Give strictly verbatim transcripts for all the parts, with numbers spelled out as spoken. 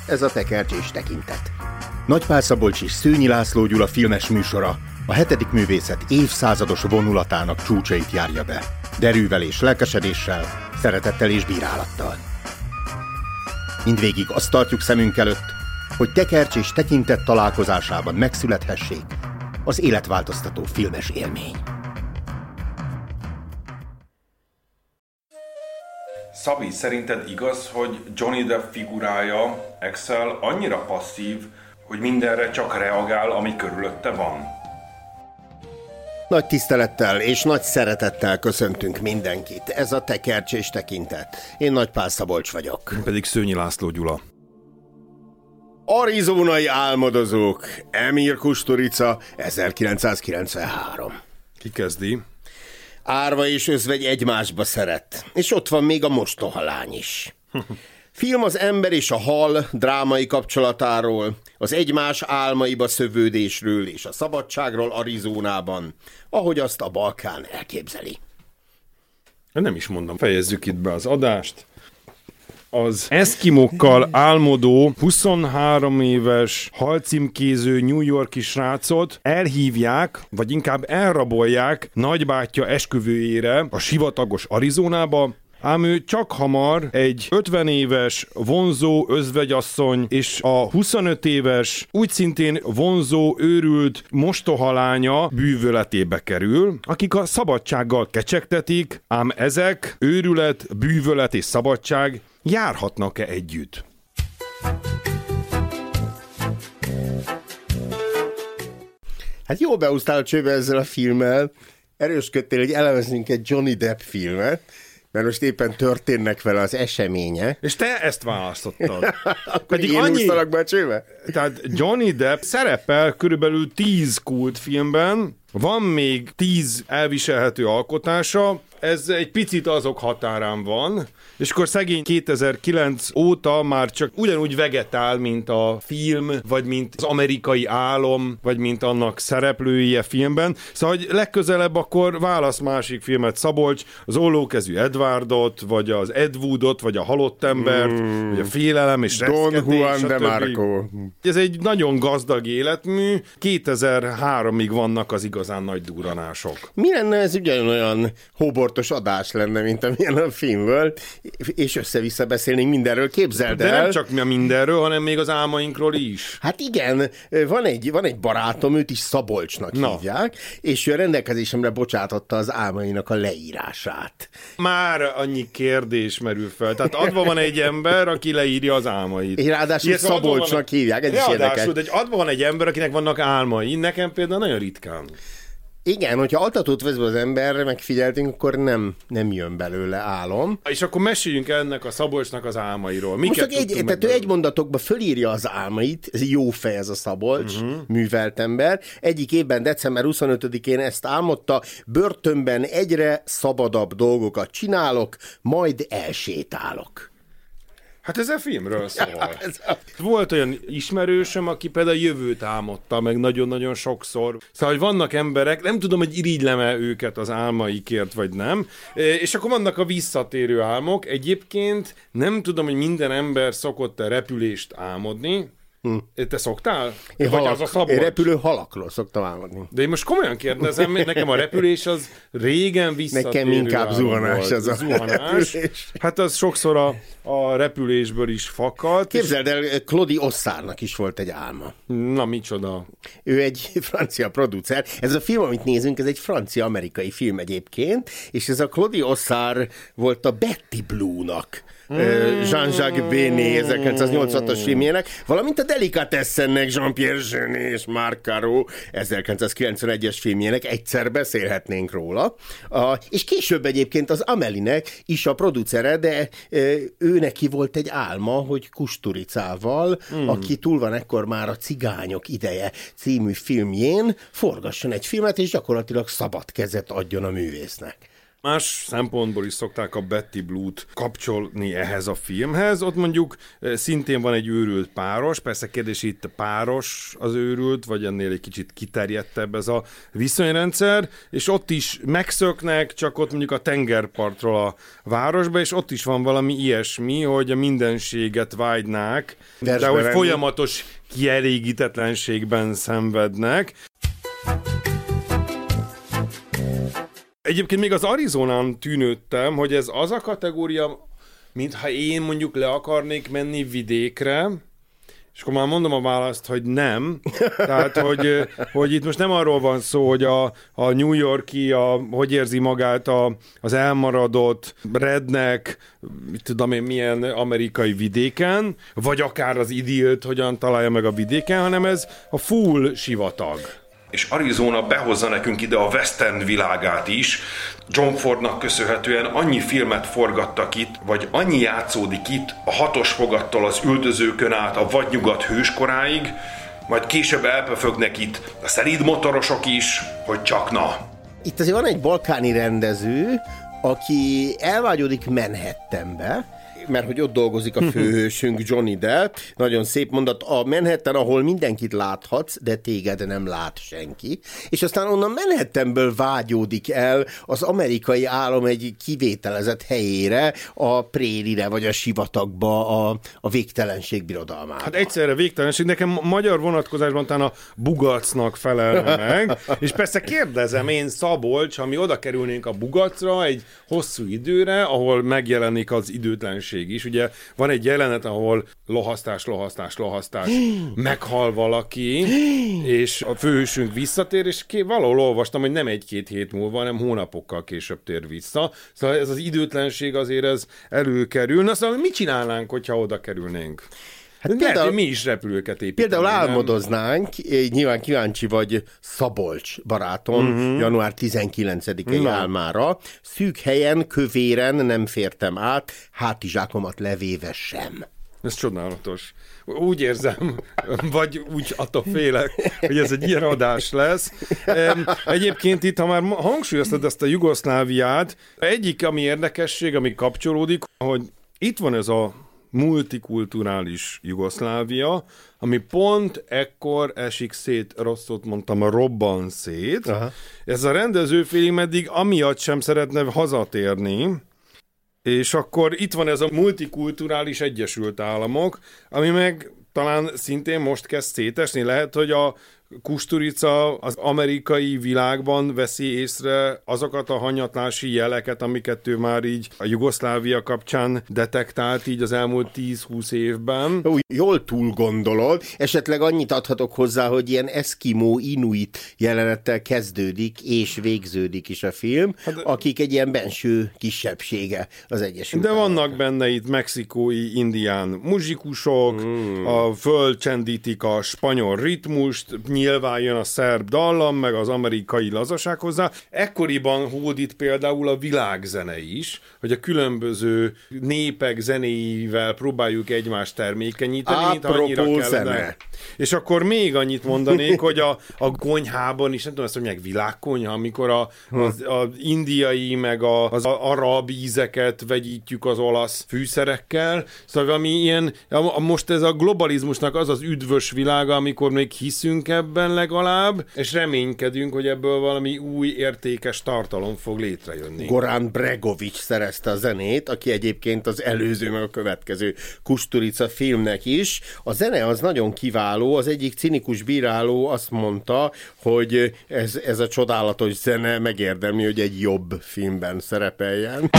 ez a Tekercs és Tekintet. Nagy Pál Szabolcs és Szőnyi László Gyula filmes műsora a hetedik művészet évszázados vonulatának csúcsait járja be. Derűvel és lelkesedéssel, szeretettel és bírálattal. Mindvégig azt tartjuk szemünk előtt, hogy Tekercs és Tekintet találkozásában megszülethessék az életváltoztató filmes élmény. Szabi, szerinted igaz, hogy Johnny Depp figurája, Axel, annyira passzív, hogy mindenre csak reagál, ami körülötte van? Nagy tisztelettel és nagy szeretettel köszöntünk mindenkit. Ez a Tekercs és Tekintet. Én Nagy Pál Szabolcs vagyok. Én pedig Szőnyi László Gyula. Arizonai álmodozók. Emir Kusturica, ezerkilencszázkilencvenhárom. Ki kezdi? Árva és özvegy egymásba szeret. És ott van még a mostohalány is. Film az ember és a hal drámai kapcsolatáról, az egymás álmaiba szövődésről és a szabadságról Arizonában, ahogy azt a Balkán elképzeli. Nem is mondom, fejezzük itt be az adást. Az eszkimokkal álmodó huszonhárom éves halcímkéző New York-i srácot elhívják, vagy inkább elrabolják nagybátyja esküvőjére a sivatagos Arizonába, ám ő csak hamar egy ötven éves vonzó özvegyasszony és a huszonöt éves úgy szintén vonzó őrült mostohalánya bűvöletébe kerül, akik a szabadsággal kecsegtetik, ám ezek, őrület, bűvölet és szabadság járhatnak-e együtt? Hát jó beúsztál a csőbe ezzel a filmmel. Erősködtél, hogy elemezzünk egy Johnny Depp filmet, mert most éppen történnek vele az eseménye. És te ezt választottad. Pedig én annyi... úsztalak be a csőbe? Tehát Johnny Depp szerepel körülbelül tíz kultfilmben, van még tíz elviselhető alkotása, ez egy picit azok határán van, és akkor szegény kétezer-kilenc óta már csak ugyanúgy vegetál, mint a film, vagy mint az amerikai álom, vagy mint annak szereplői a filmben. Szóval, hogy legközelebb akkor válasz másik filmet, Szabolcs, az Ollókezű Edwardot, vagy az Ed Woodot, vagy a Halott Embert, mm. vagy a Félelem és Don Juan de Marco. Ez egy nagyon gazdag életmű, kétezer-háromig vannak az igazán nagy durranások. Mi lenne ez ugyanolyan hóbortos adás lenne, mint amilyen a film volt, és össze-vissza beszélnénk mindenről, képzeld el. De nem csak mindenről, hanem még az álmainkról is. Hát igen, van egy, van egy barátom, őt is Szabolcsnak Na. hívják, és ő a rendelkezésemre bocsátotta az álmainak a leírását. Már annyi kérdés merül fel. Tehát adva van egy ember, aki leírja az álmait. És ráadásul Ilyet Szabolcsnak van, hívják, ez is érdekes. De adva van egy ember, akinek vannak álmai. Nekem például nagyon ritkán. Igen, hogyha altatót vesz be az emberre, megfigyeltünk, akkor nem, nem jön belőle álom. És akkor meséljünk ennek a Szabolcsnak az álmairól. Miket Most egy, tehát ő egy mondatokban fölírja az álmait, ez jó fej ez a Szabolcs, uh-huh. művelt ember. Egyik évben, december huszonötödikén ezt álmodta, börtönben egyre szabadabb dolgokat csinálok, majd elsétálok. Hát ez a filmről szól. Ja, Volt olyan ismerősöm, aki például a jövőt álmodta meg nagyon-nagyon sokszor. Szóval, hogy vannak emberek, nem tudom, hogy irigylem-e őket az álmaikért, vagy nem. És akkor vannak a visszatérő álmok. Egyébként nem tudom, hogy minden ember szokott-e repülést álmodni. Hm. Te szoktál? Én, halak, az a én repülő halakról szoktam álmodni. De én most komolyan kérdezem, nekem a repülés az régen visszatérő. Nekem inkább zuhanás az a zuhanás. Repülés. Hát az sokszor a, a repülésből is fakad. Képzeld el, Claude Ossárnak is volt egy álma. Na, micsoda? Ő egy francia producer. Ez a film, amit nézünk, ez egy francia-amerikai film egyébként, és ez a Claude Ossár volt a Betty Blue-nak. Mm. Jean-Jacques Benet ezerkilencszáznyolcvanhatos filmjének, valamint a Delicatessennek Jean-Pierre Jeunet és Marc Caro ezerkilencszázkilencvenegyes filmjének, egyszer beszélhetnénk róla. A, és később egyébként az Amélie-nek is a producere, de ő neki volt egy álma, hogy Kusturicával, mm. aki túl van ekkor már a Cigányok ideje című filmjén, forgasson egy filmet, és gyakorlatilag szabad kezet adjon a művésznek. Más szempontból is szokták a Betty Blue-t kapcsolni ehhez a filmhez. Ott mondjuk szintén van egy őrült páros, persze kérdés itt a páros az őrült, vagy ennél egy kicsit kiterjedtebb ez a viszonyrendszer, és ott is megszöknek, csak ott mondjuk a tengerpartról a városba, és ott is van valami ilyesmi, hogy a mindenséget vágynák, de hogy folyamatos kielégítetlenségben szenvednek. Egyébként még az Arizonán tűnődtem, hogy ez az a kategória, mintha én mondjuk le akarnék menni vidékre, és akkor már mondom a választ, hogy nem. Tehát, hogy, hogy itt most nem arról van szó, hogy a, a New York-i, a, hogy érzi magát a, az elmaradott redneck, mit tudom én, milyen amerikai vidéken, vagy akár az idillt hogyan találja meg a vidéken, hanem ez a full sivatag. És Arizona behozza nekünk ide a western világát is. John Fordnak köszönhetően annyi filmet forgattak itt, vagy annyi játszódik itt, a hatos fogattól az üldözőkön át a vadnyugat hőskoráig, majd később elpöfögnek itt a szelíd motorosok is, hogy csak na. Itt azért van egy balkáni rendező, aki elvágyódik Manhattanbe, mert hogy ott dolgozik a főhősünk, Johnny Depp. Nagyon szép mondat, a Manhattan, ahol mindenkit láthatsz, de téged nem lát senki. És aztán onnan Manhattanből vágyódik el az amerikai állam egy kivételezett helyére, a prérire vagy a sivatagba, a, a végtelenség birodalmába. Hát egyszerre végtelenség, nekem magyar vonatkozásban talán a Bugacnak felelne meg, és persze kérdezem én, Szabolcs, ha mi oda kerülnénk a Bugacra egy hosszú időre, ahol megjelenik az időtlenség is. Ugye van egy jelenet, ahol lohasztás, lohasztás, lohasztás, meghal valaki, és a főhősünk visszatér, és valahol olvastam, hogy nem egy-két hét múlva, hanem hónapokkal később tér vissza. Szóval ez az időtlenség azért ez előkerül. Na szóval mit csinálnánk, hogyha oda kerülnénk? Hát például, lehet, mi is repülőket építeni. Például álmodoznánk, nyilván kíváncsi vagy Szabolcs barátom uh-huh. január tizenkilencedikei uh-huh. álmára. Szűk helyen, kövéren nem fértem át, hátizsákomat levéve sem. Ez csodálatos. Úgy érzem, vagy úgy attól félek, hogy ez egy ilyen adás lesz. Egyébként itt, ha már hangsúlyoztad ezt a Jugoszláviát, egyik, ami érdekesség, ami kapcsolódik, hogy itt van ez a multikulturális Jugoszlávia, ami pont ekkor esik szét, rosszot mondtam, robban szét. Aha. Ez a rendezőfél meddig amiatt sem szeretne hazatérni, és akkor itt van ez a multikulturális Egyesült Államok, ami meg talán szintén most kezd szétesni. Lehet, hogy a Kusturica az amerikai világban veszi észre azokat a hanyatlási jeleket, amiket ő már így a Jugoszlávia kapcsán detektált így az elmúlt tíz-húsz évben. Úgy, jól túl gondolod. Esetleg annyit adhatok hozzá, hogy ilyen eszkimó, inuit jelenettel kezdődik és végződik is a film, hát, akik egy ilyen benső kisebbsége az Egyesült De Államok. Vannak benne itt mexikói, indián muzsikusok, hmm. a fölcsendítik a spanyol ritmust, nyilván jön a szerb dallam, meg az amerikai lazaság hozzá. Ekkoriban hódít például a világzene is, hogy a különböző népek zenéivel próbáljuk egymást termékenyíteni, mint annyira kellene. És akkor még annyit mondanék, hogy a, a konyhában is, nem tudom, ezt mondják világkonyha, amikor a, az a indiai, meg a, az arab ízeket vegyítjük az olasz fűszerekkel. Szóval valami ilyen, a, most ez a globalizmusnak az az üdvös világa, amikor még hiszünk ebben legalább, és reménykedünk, hogy ebből valami új értékes tartalom fog létrejönni. Goran Bregović szerezte a zenét, aki egyébként az előző, meg a következő Kusturica filmnek is. A zene az nagyon kiváló, az egyik cinikus bíráló azt mondta, hogy ez, ez a csodálatos zene megérdemli, hogy egy jobb filmben szerepeljen.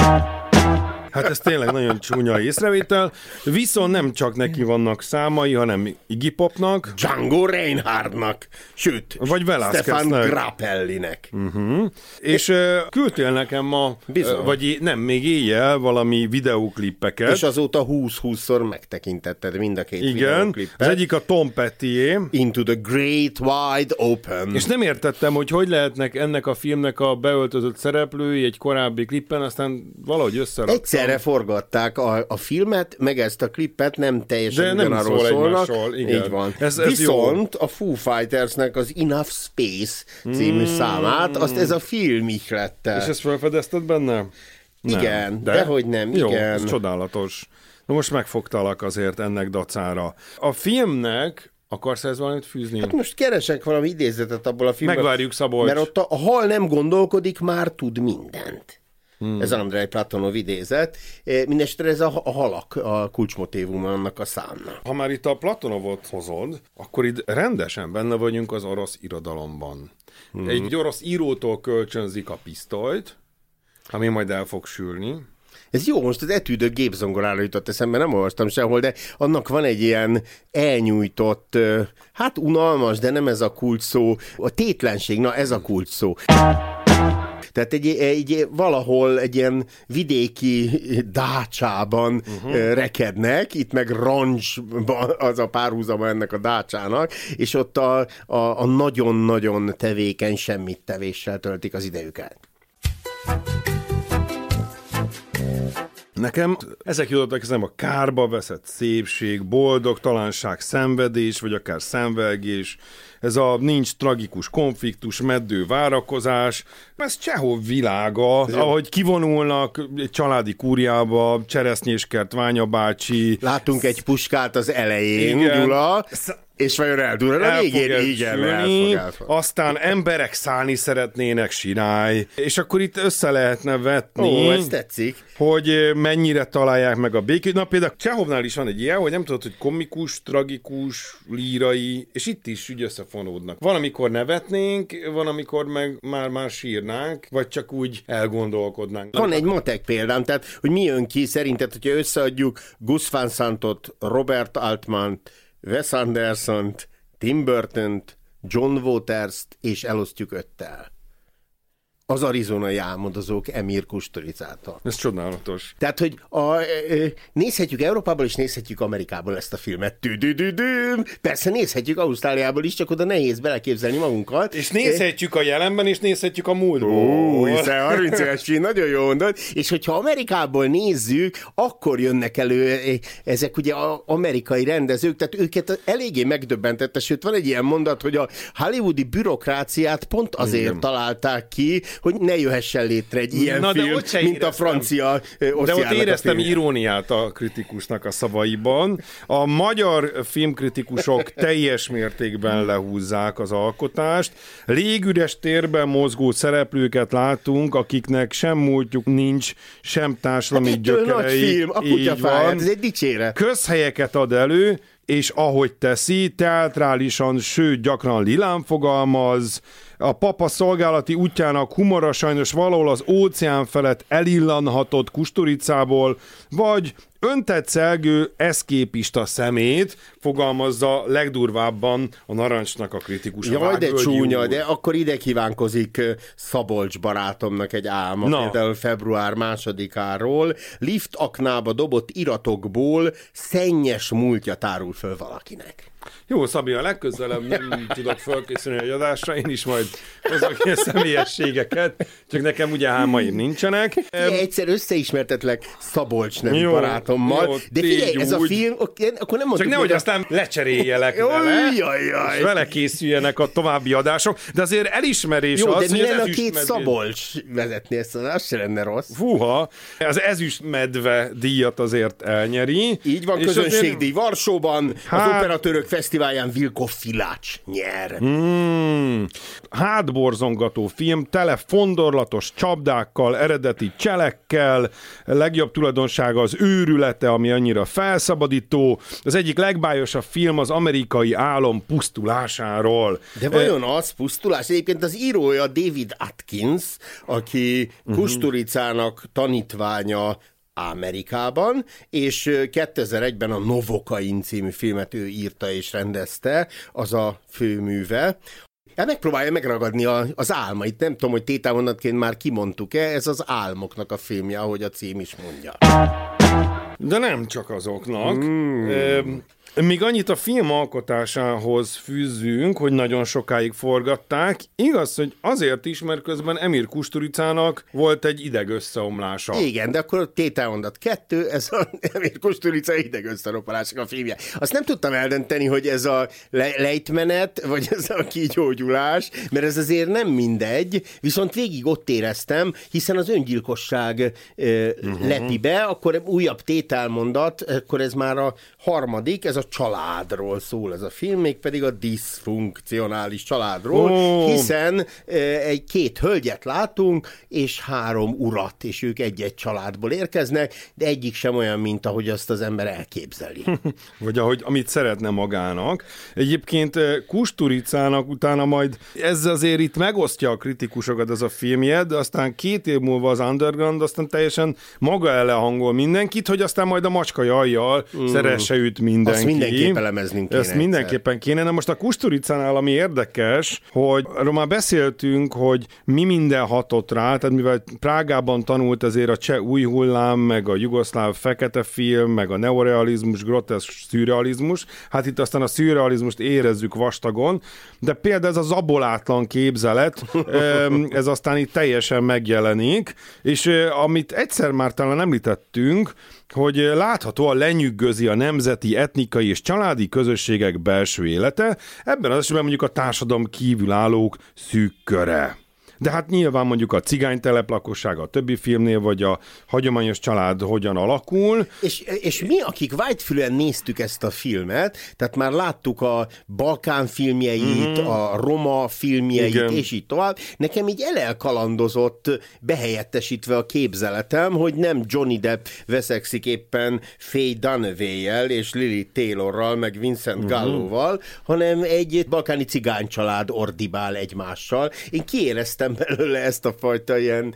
Hát ez tényleg nagyon csúnya észrevétel, viszont nem csak neki vannak számai, hanem Iggy Popnak, Django Reinhardtnak, sőt, vagy Stefan Grappellinek. Uh-huh. És uh, küldtél nekem ma, uh, vagy nem, még éjjel valami videóklippeket. És azóta húsz-húszszor megtekintetted mind a két Igen, videóklippet. Az egyik a Tom Pettyé. Into the Great Wide Open. És nem értettem, hogy hogy lehetnek ennek a filmnek a beöltözött szereplői egy korábbi klippen, aztán valahogy összeraktam. egyszerre forgatták a, a filmet, meg ezt a klippet, nem teljesen de nem ugyanarról szól szólnak. egymásról, igen. Így van. Ez, ez Viszont jó. a Foo Fightersnek az Enough Space című mm. számát, azt ez a film ihlette. És ezt felfedezted benne? Igen, nem. De? dehogy nem, Jó, igen. ez csodálatos. Na most megfogtalak azért ennek dacára. A filmnek akarsz ez valamit fűzni? Hát most keresek valami idézetet abból a filmből. Megvárjuk, Szabolcs. Mert ott a, a hal nem gondolkodik, már tud mindent. Hmm. Ez Andrei Platonov idézet. Mindenesetre ez a, a halak a kulcsmotívum annak a számnak. Ha már itt a Platonovot hozod, akkor itt rendesen benne vagyunk az orosz irodalomban. Hmm. Egy orosz írótól kölcsönzik a pisztolyt, ami majd el fog sülni. Ez jó, most az etűdök gépzongorára jutott eszembe, nem olvastam sehol, de annak van egy ilyen elnyújtott, hát unalmas, de nem ez a kulcs szó, a tétlenség, na ez a kulcs szó. Tehát egy, egy, valahol egy ilyen vidéki dácsában uh-huh. rekednek, itt meg rancsban az a párhuzama ennek a dácsának, és ott a, a, a nagyon-nagyon tevékeny semmit tevéssel töltik az idejüket. Nekem ezek jutottak eszembe a kárba veszett szépség, boldogtalanság, szenvedés, vagy akár szenvelgés, ez a nincs tragikus konfliktus, meddő várakozás, ez Csehov világa, ahogy kivonulnak egy családi kúriába, Cseresznyéskert Ványa bácsi. Látunk egy puskát az elején, igen. Gyula, és vajon eldurran a végén? Igen, el fog, el fog. Aztán emberek szállni szeretnének, sirály, és akkor itt össze lehetne vetni, ó, ez tetszik, hogy mennyire találják meg a békét. Na például Csehovnál is van egy ilyen, hogy nem tudod, hogy komikus, tragikus, lírai, és itt is úgy összefonódnak. Van, amikor nevetnénk, van, amikor meg már, már sírnánk, vagy csak úgy elgondolkodnánk. Van egy matek példám, tehát, hogy mi jön ki szerinted, hogyha összeadjuk Gus Van Santot, Robert Altmant, Wes Andersont, Tim Burtont, John Waters-t, és elosztjuk öttel. Az arizonai álmodozók Emir Kusturicától. Ez csodálatos. Tehát, hogy a, nézhetjük Európából, és nézhetjük Amerikából ezt a filmet. Tü-dü-dü-düm. Persze nézhetjük Ausztráliából is, csak oda nehéz beleképzelni magunkat. És nézhetjük a jelenben, és nézhetjük a múltból. Ó, hiszen harminc éves film, nagyon jó mondod. És hogyha Amerikából nézzük, akkor jönnek elő ezek ugye az amerikai rendezők, tehát őket eléggé megdöbbentette, sőt van egy ilyen mondat, hogy a hollywoodi bürokráciát pont azért igen. találták ki, hogy ne jöhessen létre egy ilyen Na, film, mint éreztem. A francia Oszjának. De ott éreztem iróniát a kritikusnak a szavaiban. A magyar filmkritikusok teljes mértékben lehúzzák az alkotást. Légüres térben mozgó szereplőket látunk, akiknek sem múltjuk nincs, sem társadalmi hát gyökerei. Nagy film, a kutyafáját, ez egy dicséret. Közhelyeket ad elő, és ahogy teszi, teátrálisan, sőt gyakran lilán fogalmaz, a papa szolgálati útjának humora sajnos valahol az óceán felett elillanhatott Kusturicából, vagy öntett szelgő eszképista szemét fogalmazza legdurvábban a Narancsnak a kritikus. Jaj, de csúnya, úr. De akkor ide kívánkozik Szabolcs barátomnak egy álma, Na. például február másodikáról. Lift aknába dobott iratokból szennyes múltja tárul föl valakinek. Jó, Szabi, a legközelebb nem tudok felkészülni egy adásra, én is majd hozok ilyen személyességeket, csak nekem ugye álmaim nincsenek. Figyelj, egyszer összeismertetlek Szabolcs nevű jó, barátommal, jó, de figyelj, ez úgy. A film, akkor nem mondtuk... Csak nehogy a... aztán lecseréljelek jó, vele, jaj, jaj. és vele készüljenek a további adások, de azért elismerés jó, az, de mi lenne a két medvé... Szabolcs vezetni ezt, az se lenne rossz. Fúha, az ezüstmedve díjat azért elnyeri. Így van, közönségdíj Varsóban, hát... az operatőrök fesztiválján Vilko Filács nyer. Hmm. Hátborzongató film, tele fondorlatos csapdákkal, eredeti cselekkel, legjobb tulajdonsága az őrülete, ami annyira felszabadító. Az egyik legbájosabb film az amerikai álom pusztulásáról. De vajon az pusztulás? Egyébként az írója David Atkins, aki uh-huh. Kusturicának tanítványa Amerikában, és kétezer-egyben a Novokain című filmet ő írta és rendezte, az a főműve. El megpróbálja megragadni a, az álmait. Nem tudom, hogy tételmondatként már kimondtuk-e, ez az álmoknak a filmje, ahogy a cím is mondja. De nem csak azoknak. Mm. Még annyit a film alkotásához fűzzünk, hogy nagyon sokáig forgatták. Igaz, hogy azért is, mert közben Emir Kusturicának volt egy idegösszeomlása. Igen, de akkor tételmondat kettő, ez a Emir Kusturica idegösszeroppalása a filmje. Azt nem tudtam eldönteni, hogy ez a le- lejtmenet, vagy ez a kigyógyulás, mert ez azért nem mindegy, viszont végig ott éreztem, hiszen az öngyilkosság ö, uh-huh. lepi be, akkor újabb tételmondat, akkor ez már a harmadik, ez a családról szól ez a film, mégpedig a diszfunkcionális családról, oh. hiszen e, egy két hölgyet látunk, és három urat, és ők egy-egy családból érkeznek, de egyik sem olyan, mint ahogy azt az ember elképzeli. Vagy ahogy, amit szeretne magának. Egyébként Kusturicának utána majd ez azért itt megosztja a kritikusokat ez a filmje, de aztán két év múlva az Underground aztán teljesen maga ellen hangol mindenkit, hogy aztán majd a macska jajjal mm. szeresse őt mindenki. Azt mindenképp elemeznünk kéne. Ezt mindenképpen kéne. Na most a Kusturicánál, ami érdekes, hogy arról már beszéltünk, hogy mi minden hatott rá, tehát mivel Prágában tanult azért a cseh új hullám, meg a jugoszláv fekete film, meg a neorealizmus, groteszk szürrealizmus, hát itt aztán a szürrealizmust érezzük vastagon, de például ez a zabolátlan képzelet, ez aztán itt teljesen megjelenik, és amit egyszer már talán említettünk, hogy láthatóan lenyűgözi a nemzeti, etnikai és családi közösségek belső élete, ebben az esetben mondjuk a társadalom kívülállók szűk köre. De hát nyilván mondjuk a cigánytelep lakossága a többi filmnél, vagy a hagyományos család hogyan alakul. És, és mi, akik vágyfülön néztük ezt a filmet, tehát már láttuk a Balkán filmjeit, mm-hmm. a Roma filmjeit, igen. és így tovább, nekem így elelkalandozott, behelyettesítve a képzeletem, hogy nem Johnny Depp veszekszik éppen Faye Dunaway-jel és Lily Taylorral, meg Vincent mm-hmm. Gallo-val, hanem egy balkáni cigánycsalád ordibál egymással. Én kiéreztem belőle ezt a fajta ilyen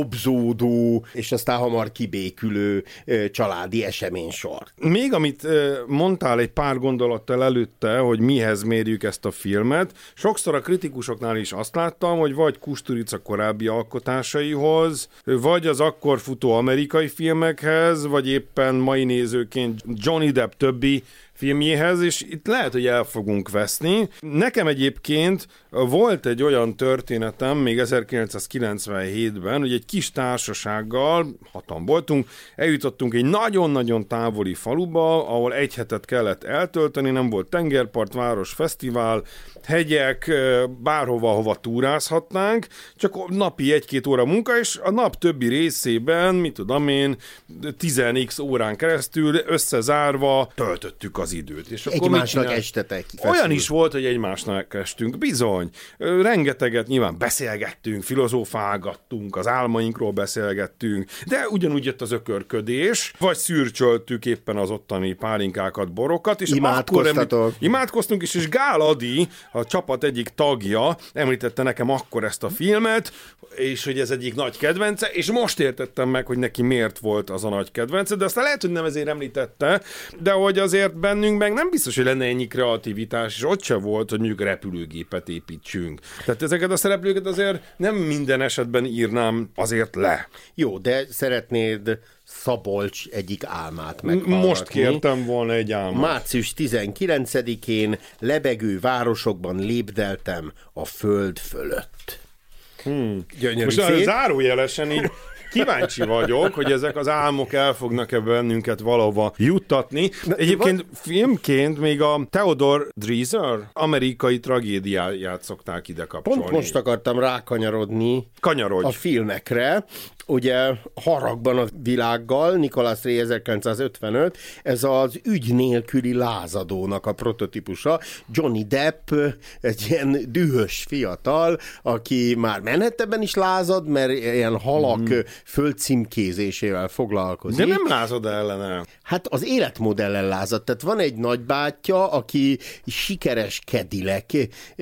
tobzódó, és aztán hamar kibékülő családi eseménysort. Még amit mondtál egy pár gondolattal előtte, hogy mihez mérjük ezt a filmet, sokszor a kritikusoknál is azt láttam, hogy vagy Kusturica korábbi alkotásaihoz, vagy az akkor futó amerikai filmekhez, vagy éppen mai nézőként Johnny Depp többi filmjéhez, és itt lehet, hogy el fogunk veszni. Nekem egyébként volt egy olyan történetem még ezerkilencszázkilencvenhétben, hogy egy kis társasággal, hatan voltunk, eljutottunk egy nagyon-nagyon távoli faluba, ahol egy hetet kellett eltölteni, nem volt tengerpart, város, fesztivál, hegyek, bárhova, hova túrázhatnánk, csak napi egy-két óra munka, és a nap többi részében, mit tudom én, tíz x órán keresztül összezárva töltöttük az időt. És akkor egymásnak estetek. Feszül. Olyan is volt, hogy egymásnak estünk. Bizony. Rengeteget nyilván beszélgettünk, filozófálgattunk, az álmainkról beszélgettünk, de ugyanúgy jött az ökörködés, vagy szürcsöltük éppen az ottani pálinkákat, borokat, és imádkoztatok. Említ, imádkoztunk is, és Gál Adi, a csapat egyik tagja említette nekem akkor ezt a filmet, és hogy ez egyik nagy kedvence, és most értettem meg, hogy neki miért volt az a nagy kedvence, de aztán lehet, hogy nem ezért említette, de hogy azért bennünk meg nem biztos, hogy lenne ennyi kreativitás, és ott se volt, hogy mondjuk repülőgépet építsünk. Tehát ezeket a szereplőket azért nem minden esetben írnám azért le. Jó, de szeretnéd Szabolcs egyik álmát meghallgatni. Most kértem volna egy álmát. március tizenkilencedikén lebegő városokban lépdeltem a föld fölött. Hmm. Most szép. Zárójelesen így kíváncsi vagyok, hogy ezek az álmok el fognak-e bennünket valahova juttatni. Egyébként filmként még a Theodore Dreiser amerikai tragédiáját szokták ide kapcsolni. Pont most akartam rákanyarodni Kanyarodj. a filmekre. Ugye Haragban a világgal, Nicolas Ray ezerkilencszázötvenöt, ez az ügy nélküli lázadónak a prototípusa. Johnny Depp egy ilyen dühös fiatal, aki már Manhattanben is lázad, mert ilyen halak mm. földcímkézésével foglalkozik. De nem lázad ellene. Hát az életmodellen lázad. Tehát van egy nagybátyja, aki sikeres Cadillac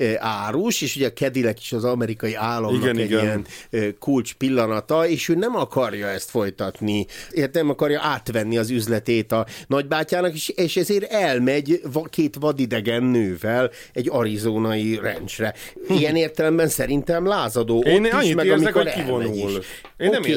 árus, és ugye a Cadillac is az amerikai államnak igen, egy igen. ilyen kulcs pillanata, és ő nem akarja ezt folytatni, nem akarja átvenni az üzletét a nagybátyának, és, és ezért elmegy két vadidegen nővel egy arizonai ranchre. Ilyen értelemben szerintem lázadó. Én ott annyit is, meg érzek, amikor hogy kivonul. Én okay, nem érzem,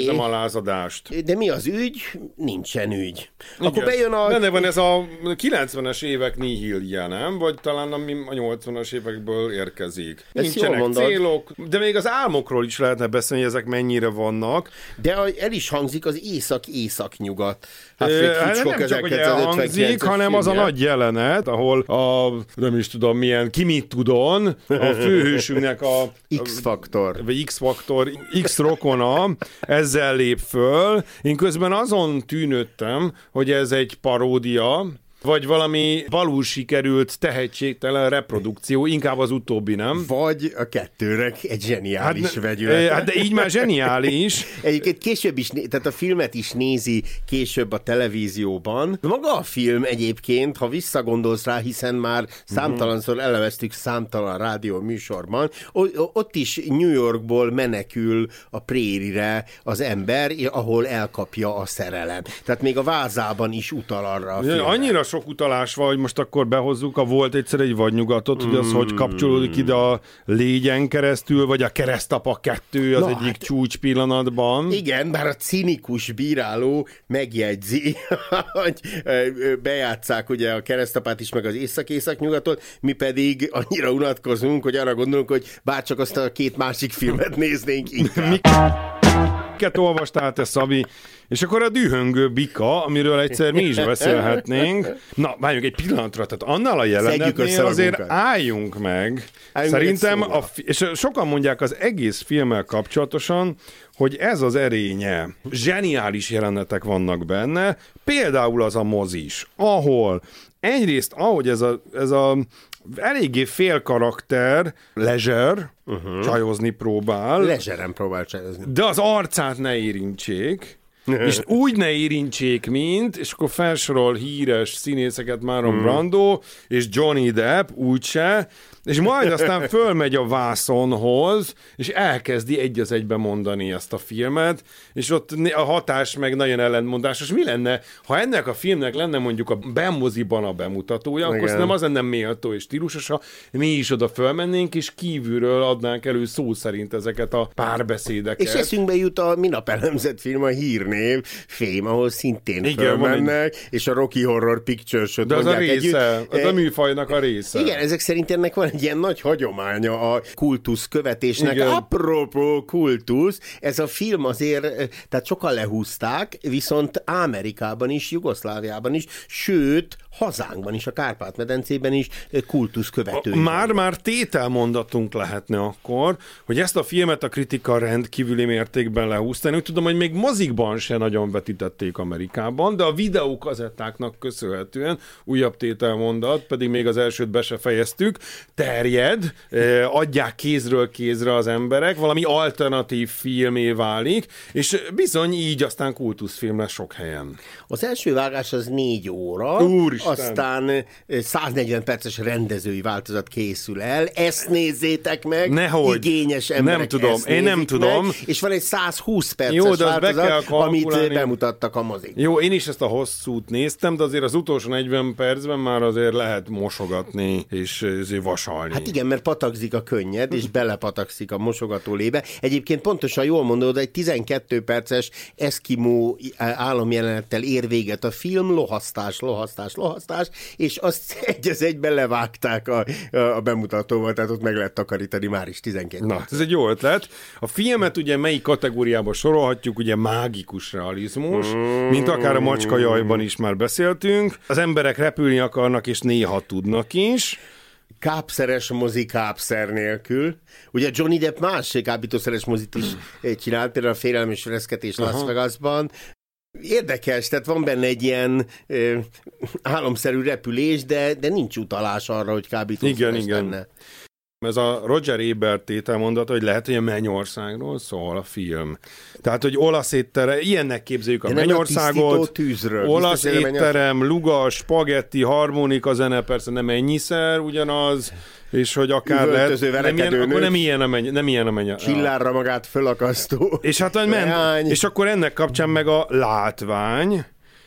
érzem a lázadást. De mi az ügy? Nincsen ügy. Igen. Akkor bejön a... Benne van ez a kilencvenes évek nihilja, nem? Vagy talán ami a nyolcvanas évekből érkezik. Ezt Nincsenek célok, de még az álmokról is lehetne beszélni, hogy ezek mennyire vannak. De el is hangzik az észak-észak-nyugat. Hát, hát nem csak, hogy elhangzik, hanem az a nagy jelenet, ahol a, nem is tudom milyen, ki mit tudon, a főhősünknek a... X-faktor. Vagy X-faktor, X-rokona ezzel lép föl. Én közben azon tűnődtem, hogy ez egy paródia, vagy valami valós sikerült tehetségtelen reprodukció, inkább az utóbbi, nem? Vagy a kettőnek egy zseniális hát, vegyület. Hát de így már zseniális. Egyébként később is, tehát a filmet is nézi később a televízióban. Maga a film egyébként, ha visszagondolsz rá, hiszen már számtalanszor eleveztük számtalan rádió műsorban, ott is New Yorkból menekül a prérire az ember, ahol elkapja a szerelem. Tehát még a vázában is utal arra a filmre. Annyira sok utalás van, hogy most akkor behozzuk a Volt egyszer egy vadnyugatot, hogy az mm. hogy kapcsolódik ide a Légyen keresztül, vagy a Keresztapa kettő az Na, egyik hát, csúcs pillanatban. Igen, bár a cinikus bíráló megjegyzi, hogy bejátsszák ugye a Keresztapát is, meg az Észak-Észak-nyugatot, mi pedig annyira unatkozunk, hogy arra gondolunk, hogy bárcsak azt a két másik filmet néznénk inkább. Miket olvastál te, Szabi? És akkor a Dühöngő bika, amiről egyszer mi is beszélhetnénk. Na, várjunk egy pillanatra, tehát annál a jelenetnél azért álljunk meg. Álljunk Szerintem, a fi- és sokan mondják az egész filmmel kapcsolatosan, hogy ez az erénye. Zseniális jelenetek vannak benne, például az a mozis, ahol egyrészt, ahogy ez a, ez a eléggé fél karakter, Ledger, uh-huh. csajozni próbál. Ledgeren próbál csajozni. De az arcát ne érintsék, és úgy ne érintsék, mint, és akkor felsorol híres színészeket, Marlon hmm. Brando, és Johnny Depp, úgyse, és majd aztán fölmegy a vászonhoz, és elkezdi egy az egybe mondani ezt a filmet, és ott a hatás meg nagyon ellentmondásos. Mi lenne, ha ennek a filmnek lenne mondjuk a bemoziban a bemutatója, igen. akkor szerintem az lenne méltó és stílusos, ha mi is oda fölmennénk, és kívülről adnánk elő szó szerint ezeket a párbeszédeket. És eszünkbe jut a minap elemzett film, a Hírnév, Fém, ahol szintén igen, fölmennek, egy... és a Rocky Horror Picture-söt de az a része, együtt. az a műfajnak a része. Igen, ezek szerint ennek van egy ilyen nagy hagyománya a kultusz követésnek. Igen. Apropó kultusz, ez a film azért, tehát sokan lehúzták, viszont Amerikában is, Jugoszláviában is, sőt, hazánkban is, a Kárpát-medencében is kultusz követői. Már-már tételmondatunk lehetne akkor, hogy ezt a filmet a kritika rendkívüli mértékben lehúzta. Én úgy tudom, hogy még mozikban se nagyon vetítették Amerikában, de a videókazettáknak köszönhetően újabb tételmondat, pedig még az elsőt be se fejeztük, terjed, adják kézről kézre az emberek, valami alternatív filmé válik, és bizony így aztán kultuszfilm lesz sok helyen. Az első vágás az négy óra, Úristen. Aztán száznegyven perces rendezői változat készül el, ezt nézzétek meg, Nehogy. Igényes emberek nem tudom, én nem tudom. Meg, és van egy százhúsz perces Jó, változat, amit bemutattak a mozik. Jó, én is ezt a hosszút néztem, de azért az utolsó negyven percben már azért lehet mosogatni, és azért vasalni. Hát igen, mert patakzik a könnyed, és belepatakszik a mosogatólébe. Egyébként pontosan jól mondod, egy tizenkét perces eszkimó álomjelenettel ér véget a film, lohasztás, lohasztás, lohasztás, és azt egy az egyben levágták a, a bemutatóval, tehát ott meg lehet takarítani már is tizenkét Na, perc. ez egy jó ötlet. A filmet ugye melyik kategóriába sorolhatjuk, ugye mágikus realizmus, mm. mint akár a Macska jajban is már beszéltünk. Az emberek repülni akarnak, és néha tudnak is. Kápszeres mozi kápszer nélkül. Ugye Johnny Depp más kábítószeres mozit is csinált, például a Félelem és Reszketés Las Vegasban. Érdekes, tehát van benne egy ilyen ö, álomszerű repülés, de, de nincs utalás arra, hogy kábítószeres igen, lenne. Ez a Roger Ebert tételmondata, hogy lehet, hogy a Mennyországról szól a film. Tehát, hogy olasz étterem, ilyennek képzeljük a de Mennyországot. A tűzről. Olasz Biztos, étterem, lugas, spagetti, harmonika, zene, persze nem ennyiszer ugyanaz, és hogy akár lehet, nem ilyen, akkor nem ilyen a menny, nem ilyen a menny. Csillárra magát fölakasztó. És hát ment, és akkor ennek kapcsán meg a látvány.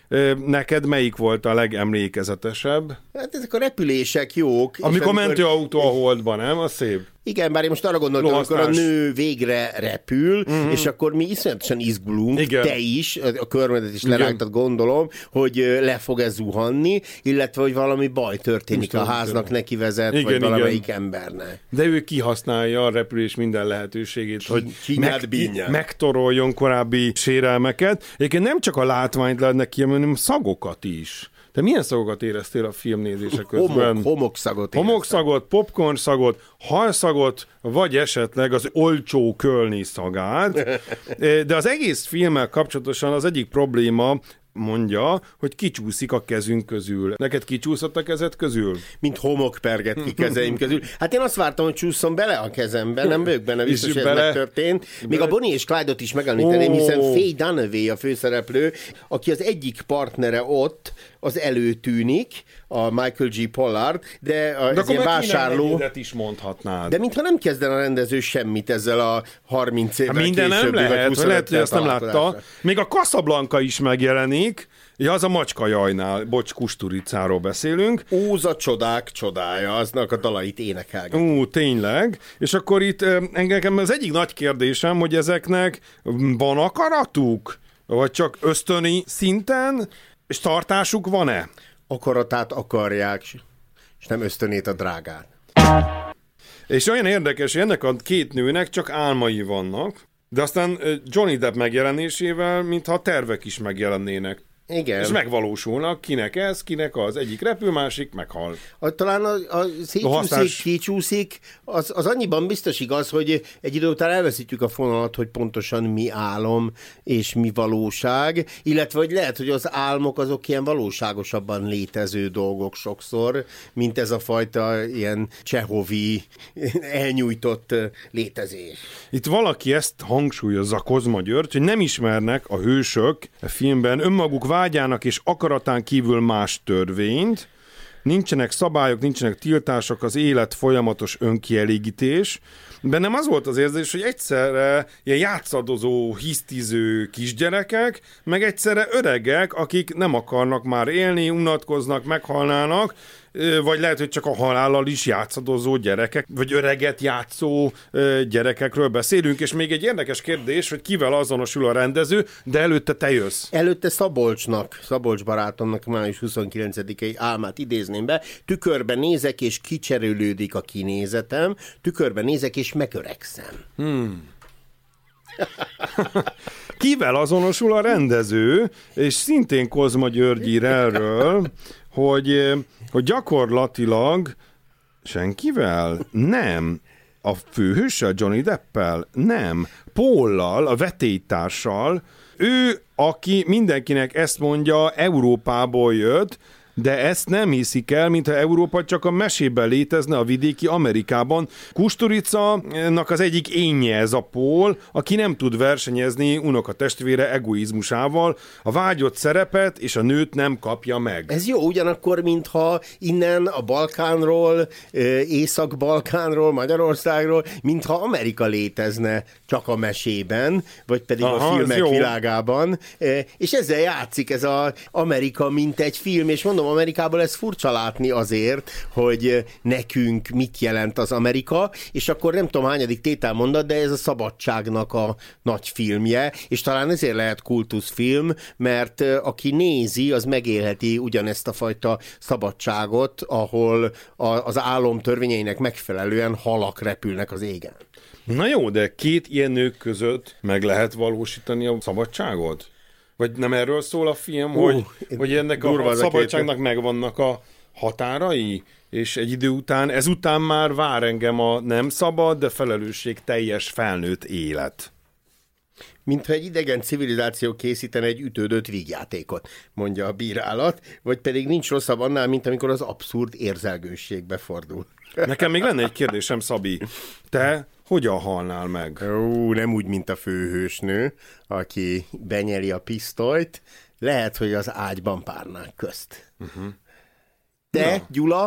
Neked melyik volt a legemlékezetesebb? Hát ezek a repülések jók. Amikor mentőautó a Holdban, nem? Az szép. Igen, bár én most arra gondoltam, Lovasztás. amikor a nő végre repül, uh-huh. és akkor mi iszonyatosan izgulunk, igen. te is, a körmedet is lerágtad, gondolom, hogy le fog ez zuhanni, illetve, hogy valami baj történik most a háznak, neki vezet, igen, vagy valamelyik igen. embernek. De ő kihasználja a repülés minden lehetőségét, Ki, hogy meg, megtoroljon korábbi sérelmeket. Egyébként nem csak a látványt lehetnek kiemelni, hanem szagokat is. Te milyen szagokat éreztél a filmnézése közben? Homok, homokszagot Homokszagot, popcorn szagot, halszagot, vagy esetleg az olcsó kölni szagát. De az egész filmmel kapcsolatosan az egyik probléma, mondja, hogy kicsúszik a kezünk közül. Neked kicsúszott a kezed közül? Mint homok perget ki kezeim közül. Hát én azt vártam, hogy csúszom bele a kezembe, nem vagyok benne, biztos, hogy ez bele... megtörtént. Még bele... a Bonnie és Clyde-ot is megemlíteném, oh. hiszen Faye Dunaway a főszereplő, aki az egyik partnere ott, az előtűnik, a Michael G. Pollard, de, a, de ez ilyen vásárló... is mondhatnád. De mintha nem kezden a rendező semmit ezzel a harminc évvel hát minden későbbi, nem lehet, vagy lehet, hogy azt nem látta. Még a Casablanca is megjelenik, ja, az a Macska jajnál, bocs, Kusturicáról beszélünk. Óza csodák csodája, aznak a dalait énekelget. Ú, tényleg. És akkor itt engem az egyik nagy kérdésem, hogy ezeknek van akaratuk? Vagy csak ösztöni szinten? És tartásuk van-e? Akaratát akarják, és nem ösztönét a drágát. És olyan érdekes, hogy ennek a két nőnek csak álmai vannak, de aztán Johnny Depp megjelenésével, mintha a tervek is megjelennének. Igen. És megvalósulnak, kinek ez, kinek az, egyik repül, másik meghal. A, talán a, a szétcsúszik, kicsúszik, az, az annyiban biztos igaz, hogy egy idő után elveszítjük a fonalat, hogy pontosan mi álom és mi valóság, illetve hogy lehet, hogy az álmok azok ilyen valóságosabban létező dolgok sokszor, mint ez a fajta ilyen csehovi elnyújtott létezés. Itt valaki ezt hangsúlyozza, Kozma György, hogy nem ismernek a hősök a filmben önmaguk vágyának és akaratán kívül más törvényt, nincsenek szabályok, nincsenek tiltások, az élet folyamatos önkielégítés. Bennem az volt az érzés, hogy egyszerre ilyen játszadozó, hisztiző kisgyerekek, meg egyszerre öregek, akik nem akarnak már élni, unatkoznak, meghalnának, vagy lehet, hogy csak a halállal is játszadozó gyerekek, vagy öreget játszó gyerekekről beszélünk, és még egy érdekes kérdés, hogy kivel azonosul a rendező, de előtte te jössz. Előtte Szabolcsnak, Szabolcs barátomnak május huszonkilencedikei álmát idézném be, tükörben nézek, és kicserélődik a kinézetem, tükörben nézek, és megöregszem. Hmm. Kivel azonosul a rendező, és szintén Kozma György ír erről, hogy, hogy gyakorlatilag senkivel? Nem. A főhőssel, Johnny Deppel? Nem. Paullal, a vetélytársal. Ő, aki mindenkinek ezt mondja, Európából jött, de ezt nem hiszik el, mintha Európa csak a mesében létezne a vidéki Amerikában. Kusturica-nak az egyik énje ez a Paul, aki nem tud versenyezni unokatestvére egoizmusával, a vágyott szerepet és a nőt nem kapja meg. Ez jó, ugyanakkor, mintha innen a Balkánról, Észak-Balkánról, Magyarországról, mintha Amerika létezne csak a mesében, vagy pedig aha, a filmek világában, és ezzel játszik ez az Amerika, mint egy film, és mondom, Amerikából ez furcsa látni azért, hogy nekünk mit jelent az Amerika, és akkor nem tudom hányadik tételmondat, de ez a szabadságnak a nagy filmje, és talán ezért lehet kultuszfilm, mert aki nézi, az megélheti ugyanezt a fajta szabadságot, ahol az álom törvényeinek megfelelően halak repülnek az égen. Na jó, de két ilyen nők között meg lehet valósítani a szabadságot? Vagy nem erről szól a film, uh, hogy, hogy ennek a, a szabadságnak megvannak a határai, és egy idő után, ezután már vár engem a nem szabad, de felelősség teljes felnőtt élet. Mintha egy idegen civilizáció készítene egy ütődött vígjátékot, mondja a bírálat, vagy pedig nincs rosszabb annál, mint amikor az abszurd érzelgősségbe fordul. Nekem még lenne egy kérdésem, Szabi. Te hogyan halnál meg? Ó, nem úgy, mint a főhősnő, aki benyeli a pisztolyt. Lehet, hogy az ágyban párnák közt. Uh-huh. Te, na. Gyula?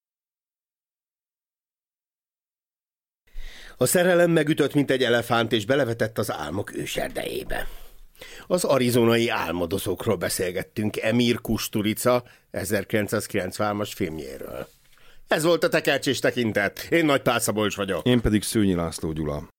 A szerelem megütött, mint egy elefánt, és belevetett az álmok őserdejébe. Az arizonai álmodozókról beszélgettünk Emir Kusturica ezerkilencszázkilencvenhármas filmjéről. Ez volt a Tekercsés tekintet. Én Nagy Pál Szabolcs vagyok. Én pedig Szőnyi László Gyula.